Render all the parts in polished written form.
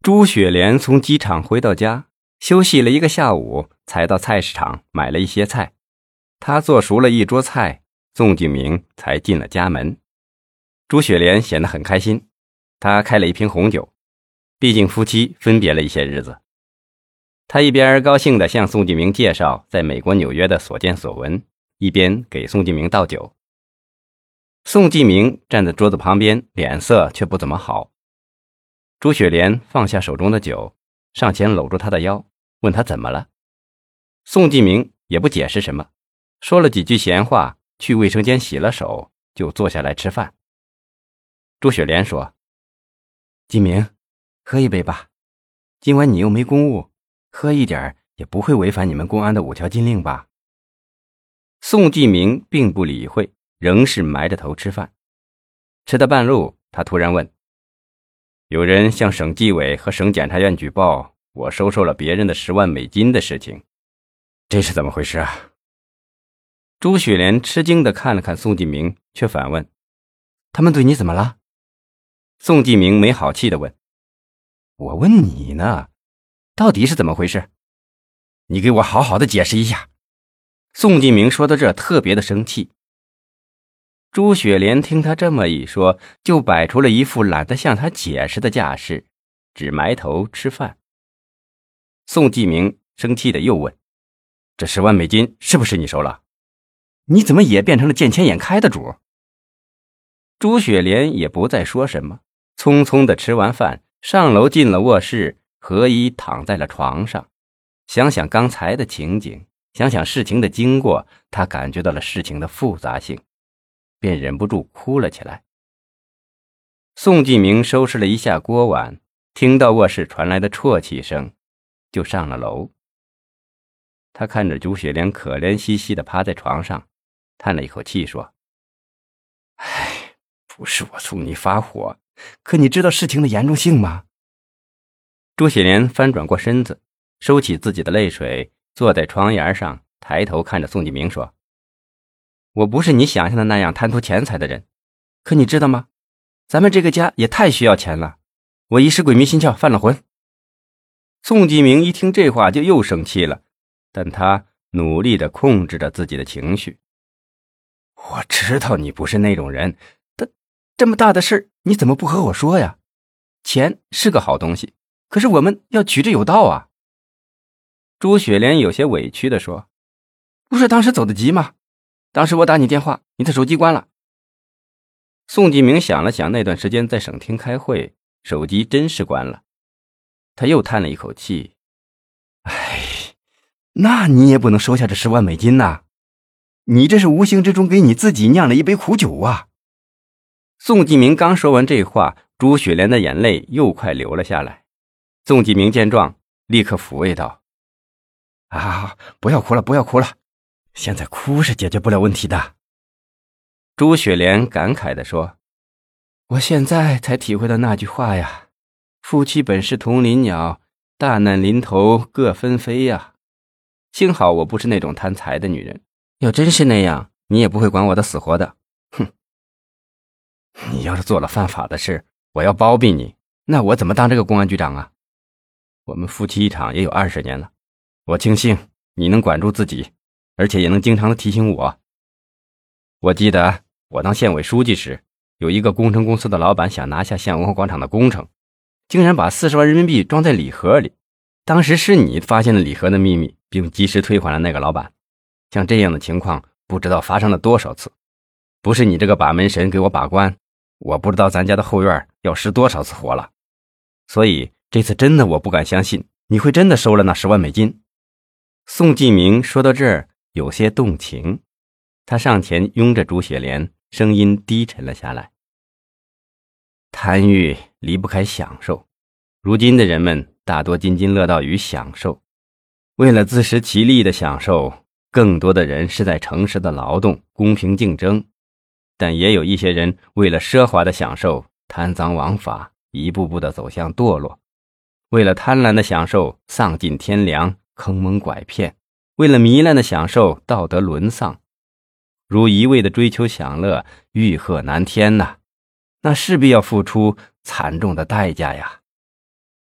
朱雪莲从机场回到家，休息了一个下午，才到菜市场买了一些菜。她做熟了一桌菜，宋敬明才进了家门。朱雪莲显得很开心，她开了一瓶红酒，毕竟夫妻分别了一些日子。她一边高兴地向宋敬明介绍在美国纽约的所见所闻，一边给宋敬明倒酒。宋敬明站在桌子旁边，脸色却不怎么好。朱雪莲放下手中的酒，上前搂住他的腰，问他怎么了。宋敬明也不解释什么，说了几句闲话，去卫生间洗了手，就坐下来吃饭。朱雪莲说：敬明，喝一杯吧，今晚你又没公务，喝一点也不会违反你们公安的5条禁令吧。宋敬明并不理会，仍是埋着头吃饭。吃到半路，他突然问：有人向省纪委和省检察院举报我收受了别人的10万美金的事情，这是怎么回事啊？朱雪莲吃惊地看了看宋敬明，却反问：他们对你怎么了？宋敬明没好气地问：我问你呢，到底是怎么回事？你给我好好的解释一下。宋敬明说到这特别的生气。朱雪莲听他这么一说，就摆出了一副懒得向他解释的架势，只埋头吃饭。宋继明生气的又问：这10万美金是不是你收了？你怎么也变成了见钱眼开的主？朱雪莲也不再说什么，匆匆的吃完饭，上楼进了卧室，合衣躺在了床上，想想刚才的情景，想想事情的经过，他感觉到了事情的复杂性，便忍不住哭了起来。宋继明收拾了一下锅碗，听到卧室传来的啜泣声，就上了楼。他看着朱雪莲可怜兮兮地趴在床上，叹了一口气说：唉，不是我冲你发火，可你知道事情的严重性吗？朱雪莲翻转过身子，收起自己的泪水，坐在床沿上，抬头看着宋继明说：我不是你想象的那样贪图钱财的人，可你知道吗？咱们这个家也太需要钱了，我一时鬼迷心窍犯了浑。宋继明一听这话就又生气了，但他努力地控制着自己的情绪。我知道你不是那种人，但这么大的事你怎么不和我说呀？钱是个好东西，可是我们要取之有道啊。朱雪莲有些委屈地说：不是当时走得急吗？当时我打你电话，你的手机关了。宋继明想了想，那段时间在省厅开会，手机真是关了。他又叹了一口气：哎，那你也不能收下这10万美金呐，你这是无形之中给你自己酿了一杯苦酒啊。宋继明刚说完这话，朱雪莲的眼泪又快流了下来。宋继明见状，立刻抚慰道：啊，不要哭了，不要哭了，现在哭是解决不了问题的。朱雪莲感慨地说：我现在才体会到那句话呀，夫妻本是同林鸟，大难临头各纷飞呀。幸好我不是那种贪财的女人，要真是那样，你也不会管我的死活的。哼，你要是做了犯法的事，我要包庇你，那我怎么当这个公安局长啊？我们夫妻一场也有20年了，我庆幸你能管住自己，而且也能经常的提醒我。我记得我当县委书记时，有一个工程公司的老板想拿下县文化广场的工程，竟然把40万人民币装在礼盒里。当时是你发现了礼盒的秘密，并及时退还了那个老板。像这样的情况不知道发生了多少次，不是你这个把门神给我把关，我不知道咱家的后院要失多少次火了。所以这次真的我不敢相信你会真的收了那10万美金。宋继明说到这儿有些动情，他上前拥着朱雪莲，声音低沉了下来。贪欲离不开享受，如今的人们大多津津乐道于享受，为了自食其力的享受，更多的人是在诚实的劳动，公平竞争，但也有一些人为了奢华的享受，贪赃枉法，一步步的走向堕落，为了贪婪的享受，丧尽天良，坑蒙拐骗，为了糜烂的享受，道德沦丧。如一味的追求享乐，欲壑难填呐，那势必要付出惨重的代价呀。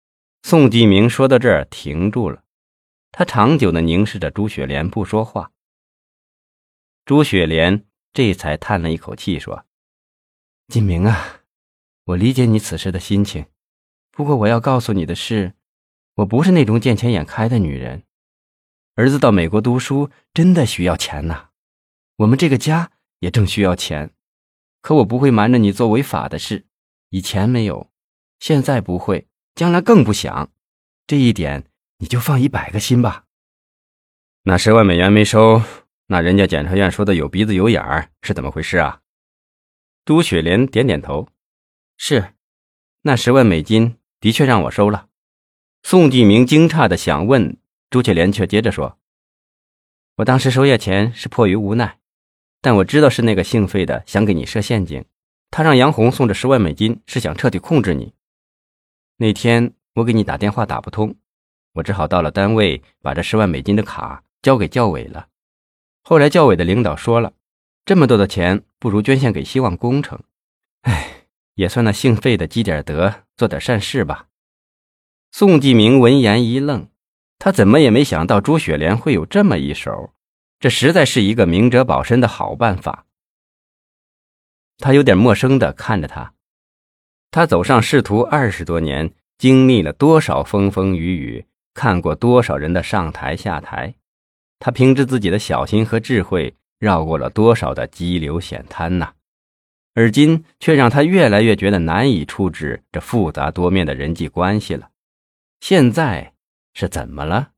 宋继明说到这儿停住了，他长久地凝视着朱雪莲，不说话。朱雪莲这才叹了一口气说：“继明啊，我理解你此时的心情，不过我要告诉你的是，我不是那种见钱眼开的女人。儿子到美国读书真的需要钱呐，我们这个家也正需要钱。可我不会瞒着你做违法的事，以前没有，现在不会，将来更不想。这一点你就放100个心吧。”那10万美元没收，那人家检察院说的有鼻子有眼儿是怎么回事啊？朱雪莲点点头：“是，那10万美金的确让我收了。”宋继明惊诧地想问，朱雪莲却接着说：“我当时收下钱是迫于无奈，但我知道是那个姓费的想给你设陷阱，他让杨红送这10万美金是想彻底控制你。那天我给你打电话打不通，我只好到了单位把这10万美金的卡交给教委了。后来教委的领导说了，这么多的钱不如捐献给希望工程。也算那姓费的积点德，做点善事吧。”宋继明闻言一愣，他怎么也没想到朱雪莲会有这么一手，这实在是一个明哲保身的好办法。他有点陌生地看着他，他走上仕途20多年，经历了多少风风雨雨，看过多少人的上台下台，他凭着自己的小心和智慧，绕过了多少的激流险滩呐。而今却让他越来越觉得难以处置这复杂多面的人际关系了。现在是怎么了？